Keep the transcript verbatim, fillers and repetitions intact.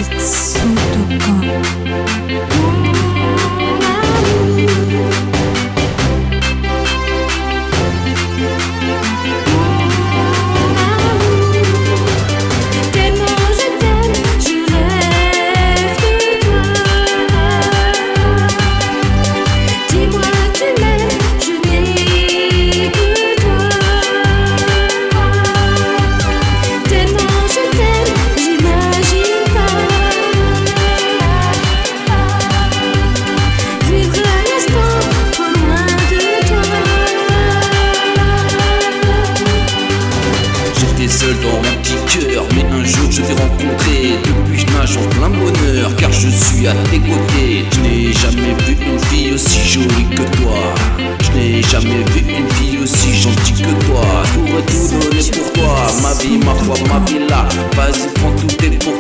Beats punto com. Seul dans mon petit cœur, mais un jour je vais rencontrer. Depuis je nage en plein bonheur, car je suis à tes côtés. Je n'ai jamais vu une fille aussi jolie que toi. Je n'ai jamais vu une fille aussi gentille que toi. Je pourrais tout donner pour toi, ma vie, ma foi, ma vie là. Vas-y, prends tout est pour